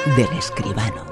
del escribano.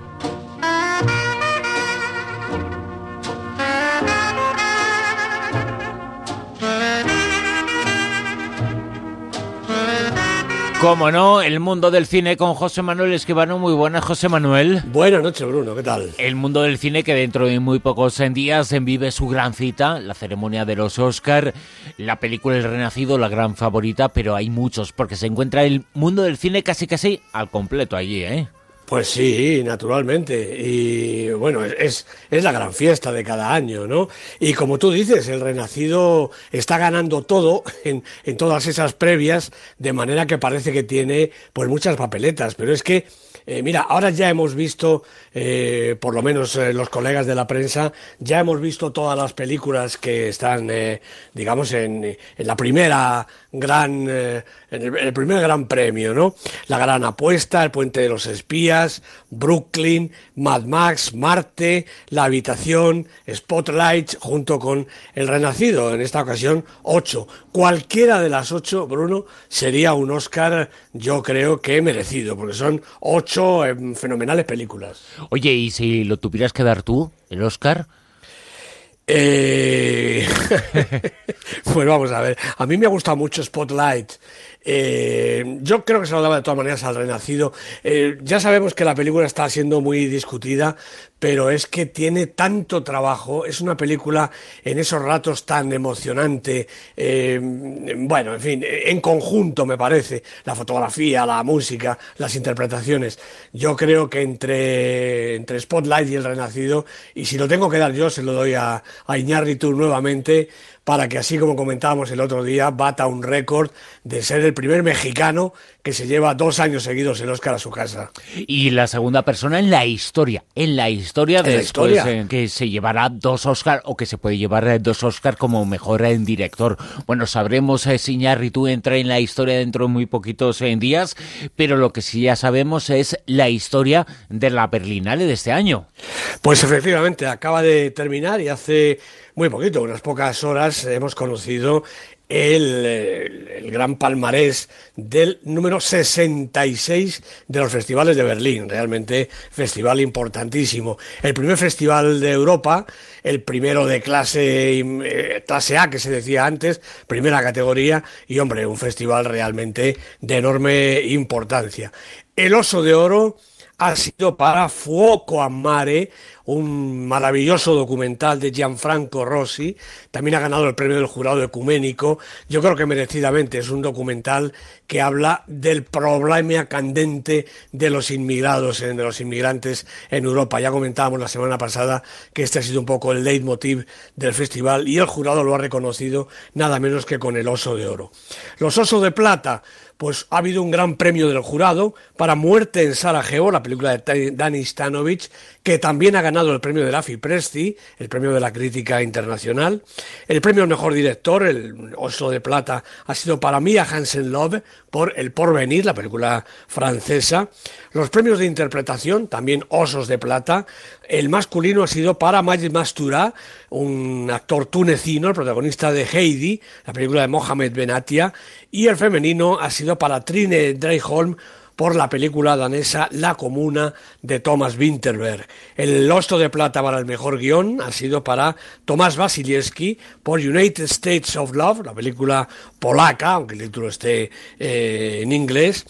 Cómo no, el mundo del cine con José Manuel Escribano. Muy buenas, José Manuel. Buenas noches, Bruno, ¿qué tal? El mundo del cine que dentro de muy pocos días vive su gran cita, la ceremonia de los Oscar, la película El Renacido, la gran favorita, pero hay muchos, porque se encuentra el mundo del cine casi al completo allí, ¿eh? Pues sí, naturalmente. Y bueno, es la gran fiesta de cada año, ¿no? Y como tú dices, El Renacido está ganando todo en todas esas previas, de manera que parece que tiene pues muchas papeletas. Pero es que, mira, ahora ya hemos visto, por lo menos los colegas de la prensa, ya hemos visto todas las películas que están, digamos, en la primera gran, en el primer gran premio, ¿no? La Gran Apuesta, El Puente de los Espías, Brooklyn, Mad Max, Marte, La Habitación, Spotlight, junto con El Renacido. En esta ocasión, 8. Cualquiera de las 8, Bruno, sería un Oscar, yo creo que merecido, porque son 8 fenomenales películas. Oye, ¿y si lo tuvieras que dar tú, el Oscar? Pues vamos a ver, a mí me gusta mucho Spotlight. Yo creo que se lo daba de todas maneras al Renacido. Ya sabemos que la película está siendo muy discutida, pero es que tiene tanto trabajo, es una película en esos ratos tan emocionante, bueno, en fin, en conjunto me parece, la fotografía, la música, las interpretaciones. Yo creo que entre Spotlight y El Renacido, y si lo tengo que dar yo, se lo doy a Iñárritu nuevamente, para que, así como comentábamos el otro día, bata un récord de ser el primer mexicano que se lleva 2 años seguidos el Oscar a su casa. Y la segunda persona en la historia que se llevará 2 Oscar, o que se puede llevar 2 Oscar como mejor director. Bueno, sabremos si Iñárritu entra en la historia dentro de muy poquitos días, pero lo que sí ya sabemos es la historia de la Berlinale de este año. Pues efectivamente, acaba de terminar y hace muy poquito, unas pocas horas, hemos conocido el gran palmarés del número 66 de los festivales de Berlín. Realmente festival importantísimo. El primer festival de Europa, el primero de clase A, que se decía antes, primera categoría, y hombre, un festival realmente de enorme importancia. El Oso de Oro ha sido para Fuoco a Mare, un maravilloso documental de Gianfranco Rosi. También ha ganado el premio del jurado ecuménico. Yo creo que merecidamente. Es un documental que habla del problema candente de los inmigrantes en Europa. Ya comentábamos la semana pasada que este ha sido un poco el leitmotiv del festival, y el jurado lo ha reconocido nada menos que con el Oso de Oro. Los Osos de Plata, pues ha habido un gran premio del jurado para Muerte en Sarajevo, la película de Dani Stanovic, que también ha ganado el premio del AFI Presti, el premio de la crítica internacional. El premio al mejor director, el Oso de Plata, ha sido para Mia Hansen-Løve por El Porvenir, la película francesa. Los premios de interpretación, también Osos de Plata. El masculino ha sido para Majid Mastura, un actor tunecino, el protagonista de Heidi, la película de Mohamed Benatia. Y el femenino ha sido para Trine Dreiholm, por la película danesa La Comuna de Thomas Vinterberg. El Oso de Plata para el mejor guión ha sido para Tomás Wasilewski por United States of Love, la película polaca, aunque el título esté en inglés.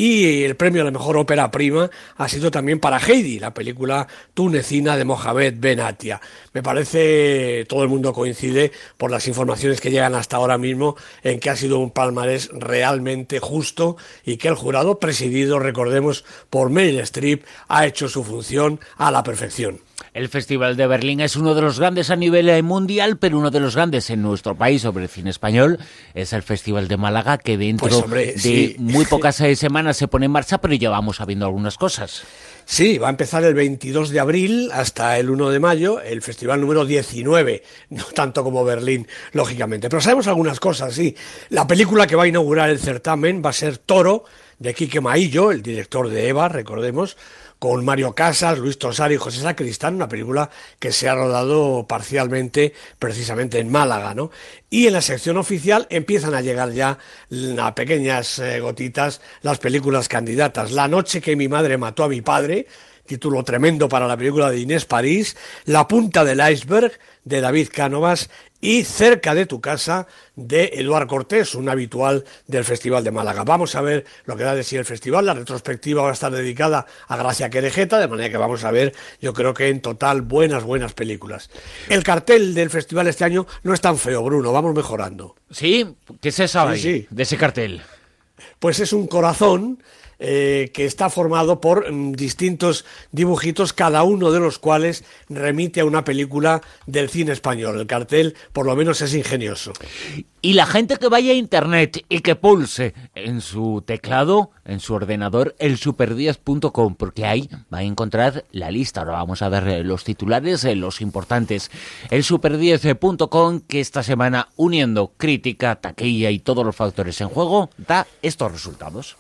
Y el premio a la mejor ópera prima ha sido también para Heidi, la película tunecina de Mohamed Benatia. Me parece, todo el mundo coincide por las informaciones que llegan hasta ahora mismo, en que ha sido un palmarés realmente justo, y que el jurado, presidido, recordemos, por Meryl Streep, ha hecho su función a la perfección. El Festival de Berlín es uno de los grandes a nivel mundial, pero uno de los grandes en nuestro país sobre el cine español es el Festival de Málaga, que dentro de muy pocas semanas se pone en marcha, pero ya vamos sabiendo algunas cosas. Sí, va a empezar el 22 de abril hasta el 1 de mayo, el festival número 19, no tanto como Berlín, lógicamente. Pero sabemos algunas cosas, sí. La película que va a inaugurar el certamen va a ser Toro, de Quique Maillo, el director de Eva, recordemos, con Mario Casas, Luis Tosar y José Sacristán, una película que se ha rodado parcialmente precisamente en Málaga, ¿no? Y en la sección oficial empiezan a llegar ya a pequeñas gotitas las películas candidatas. La noche que mi madre mató a mi padre, título tremendo para la película de Inés París, La punta del iceberg, de David Cánovas, y Cerca de tu casa, de Eduard Cortés, un habitual del Festival de Málaga. Vamos a ver lo que da de sí el festival. La retrospectiva va a estar dedicada a Gracia Querejeta, de manera que vamos a ver, yo creo que en total, buenas películas. El cartel del festival este año no es tan feo, Bruno, vamos mejorando. ¿Sí? ¿Qué se sabe Sí. de ese cartel? Pues es un corazón que está formado por distintos dibujitos, cada uno de los cuales remite a una película del cine español. El cartel, por lo menos, es ingenioso. Y la gente que vaya a internet y que pulse en su teclado, en su ordenador, el super10.com, porque ahí va a encontrar la lista. Ahora vamos a ver los titulares, los importantes. El super10.com, que esta semana, uniendo crítica, taquilla y todos los factores en juego, da estos resultados.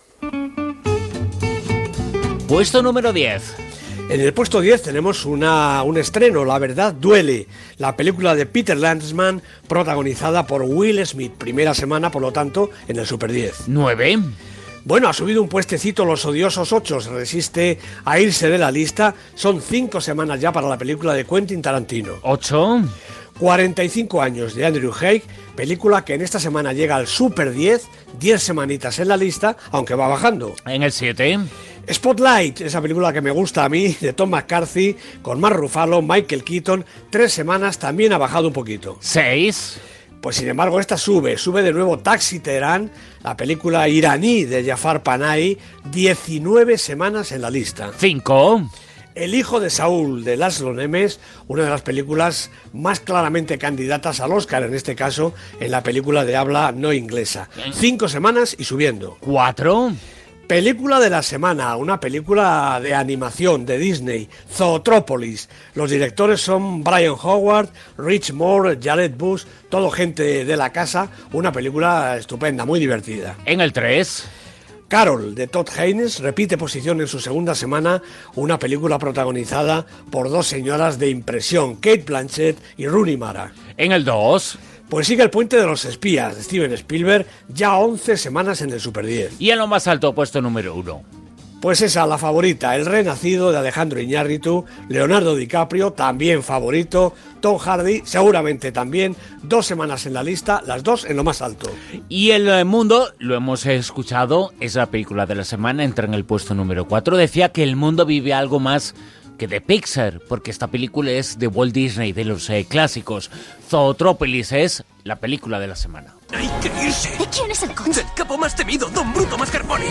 Puesto número 10. En el puesto 10 tenemos un estreno, La verdad duele, la película de Peter Landsman, protagonizada por Will Smith. Primera semana, por lo tanto, en el Super 10. 9. Bueno, ha subido un puestecito Los odiosos 8, se resiste a irse de la lista. Son 5 semanas ya para la película de Quentin Tarantino. 8. 45 años de Andrew Haigh, película que en esta semana llega al Super 10, 10 semanitas en la lista, aunque va bajando. En el 7. Spotlight, esa película que me gusta a mí, de Tom McCarthy, con Mark Ruffalo, Michael Keaton, 3 semanas, también ha bajado un poquito. 6. Pues sin embargo esta sube de nuevo Taxi Teherán, la película iraní de Jafar Panahi, 19 semanas en la lista. 5. El hijo de Saúl, de Laszlo Nemes, una de las películas más claramente candidatas al Oscar, en este caso, en la película de habla no inglesa. 5 semanas y subiendo. 4. Película de la semana, una película de animación de Disney, Zootrópolis. Los directores son Brian Howard, Rich Moore, Jared Bush, todo gente de la casa. Una película estupenda, muy divertida. En el 3. Carol, de Todd Haynes, repite posición en su segunda semana, una película protagonizada por 2 señoras de impresión, Kate Blanchett y Rooney Mara. En el 2. Pues sigue El puente de los espías, de Steven Spielberg, ya 11 semanas en el Super 10. Y en lo más alto, puesto número 1. Pues esa, la favorita, El renacido, de Alejandro Iñárritu, Leonardo DiCaprio, también favorito, Tom Hardy, seguramente también, 2 semanas en la lista, las 2 en lo más alto. Y El mundo, lo hemos escuchado, es la película de la semana, entra en el puesto número 4. Decía que el mundo vive algo más que de Pixar, porque esta película es de Walt Disney, de los clásicos. Zootrópolis es la película de la semana. ¡Hay que irse! ¿De quién es el coche? ¡Del capo más temido, Don Bruto Mascarpone!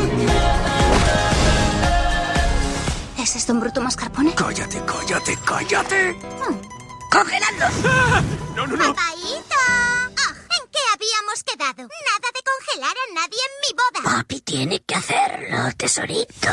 ¿Ese es Don Bruto Mascarpone? ¡Cállate, cállate, cállate! ¡Congelando! ¡Ah! ¡No, no, no! ¡Papaíto! Oh, ¿en qué habíamos quedado? Nada de congelar a nadie en mi boda. Papi tiene que hacerlo, tesorito.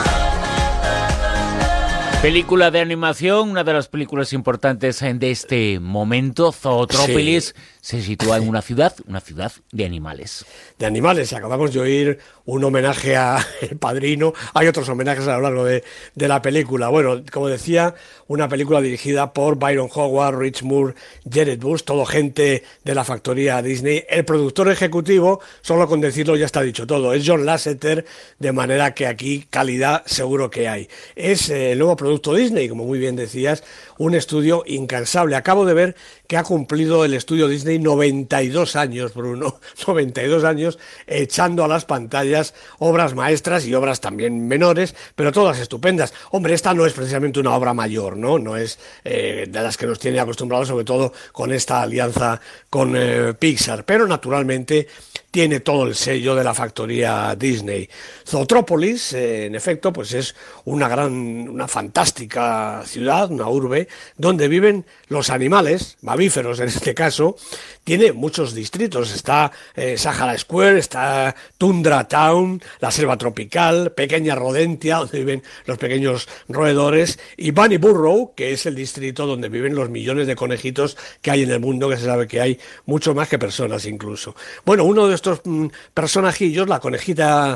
Película de animación, una de las películas importantes de este momento. Zootrópolis Sí. se sitúa en una ciudad de animales. De animales, y acabamos de oír un homenaje a El Padrino. Hay otros homenajes a lo largo de la película. Bueno, como decía, una película dirigida por Byron Howard, Rich Moore, Jared Bush, todo gente de la factoría Disney. El productor ejecutivo, solo con decirlo ya está dicho todo, es John Lasseter, de manera que aquí calidad seguro que hay. Es el nuevo producto Disney, como muy bien decías, un estudio incansable. Acabo de ver que ha cumplido el estudio Disney 92 años, Bruno, 92 años echando a las pantallas obras maestras y obras también menores, pero todas estupendas. Hombre, esta no es precisamente una obra mayor, ¿no? No es de las que nos tiene acostumbrados, sobre todo con esta alianza con Pixar, pero naturalmente tiene todo el sello de la factoría Disney. Zootrópolis, en efecto, pues es una fantástica ciudad, una urbe, donde viven los animales, mamíferos en este caso. Tiene muchos distritos, está Sahara Square, está Tundra Town, la selva tropical, Pequeña Rodentia, donde viven los pequeños roedores, y Bunny Burrow, que es el distrito donde viven los millones de conejitos que hay en el mundo, que se sabe que hay mucho más que personas incluso. Bueno, uno de nuestros personajillos, la conejita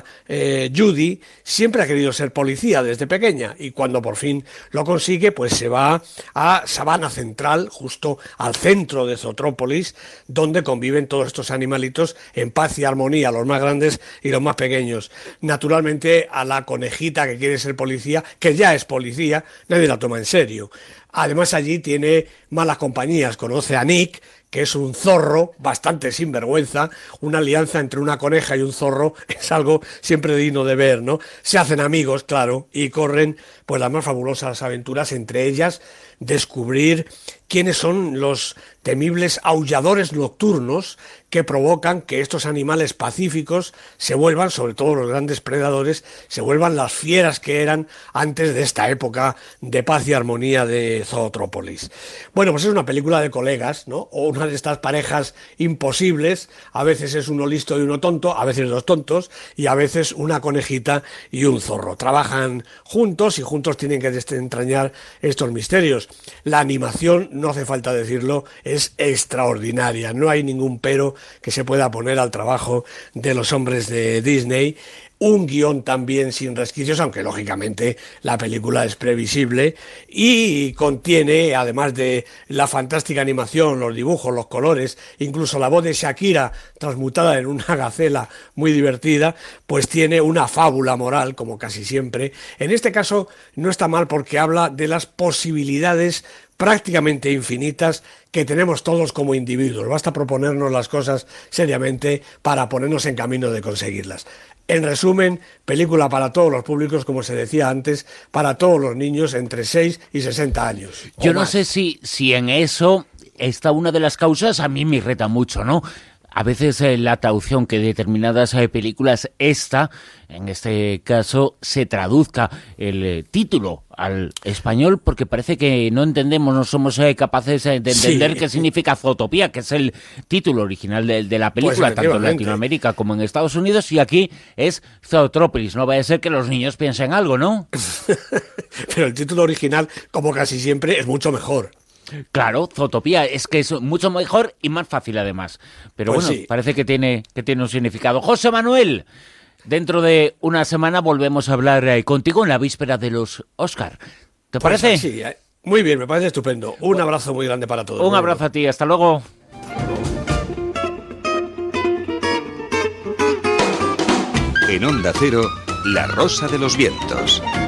Judy, siempre ha querido ser policía desde pequeña, y cuando por fin lo consigue, pues se va a Sabana Central, justo al centro de Zootrópolis, donde conviven todos estos animalitos en paz y armonía, los más grandes y los más pequeños. Naturalmente, a la conejita que quiere ser policía, que ya es policía, nadie la toma en serio. Además, allí tiene malas compañías, conoce a Nick, que es un zorro bastante sinvergüenza. Una alianza entre una coneja y un zorro es algo siempre digno de ver, ¿no? Se hacen amigos, claro, y corren pues las más fabulosas aventuras, entre ellas descubrir quiénes son los temibles aulladores nocturnos que provocan que estos animales pacíficos se vuelvan, sobre todo los grandes predadores, se vuelvan las fieras que eran antes de esta época de paz y armonía de Zootrópolis. Bueno, pues es una película de colegas, ¿no? O una de estas parejas imposibles. A veces es uno listo y uno tonto, a veces dos tontos, y a veces una conejita y un zorro. Trabajan juntos y juntos tienen que desentrañar estos misterios. La animación, no hace falta decirlo, es extraordinaria. No hay ningún pero que se pueda poner al trabajo de los hombres de Disney. Un guión también sin resquicios, aunque lógicamente la película es previsible, y contiene, además de la fantástica animación, los dibujos, los colores, incluso la voz de Shakira transmutada en una gacela muy divertida, pues tiene una fábula moral, como casi siempre. En este caso no está mal porque habla de las posibilidades prácticamente infinitas que tenemos todos como individuos. Basta proponernos las cosas seriamente para ponernos en camino de conseguirlas. En resumen, película para todos los públicos, como se decía antes, para todos los niños entre 6 y 60 años. Yo no sé si en eso está una de las causas, a mí me irrita mucho, ¿no? A veces la traducción que determinadas películas, en este caso, se traduzca el título al español, porque parece que no entendemos, no somos capaces de entender qué significa Zootopía, que es el título original de la película, pues tanto en Latinoamérica como en Estados Unidos, y aquí es Zootrópolis. No vaya a ser que los niños piensen algo, ¿no? Pero el título original, como casi siempre, es mucho mejor. Claro, Zootopía, es que es mucho mejor y más fácil además. Pero pues bueno, sí, parece que tiene un significado. José Manuel, dentro de una semana volvemos a hablar contigo en la víspera de los Oscar. ¿Te parece? Pues sí, muy bien, me parece estupendo. Un abrazo muy grande para todos. Un abrazo a ti, hasta luego. En Onda Cero, La Rosa de los Vientos.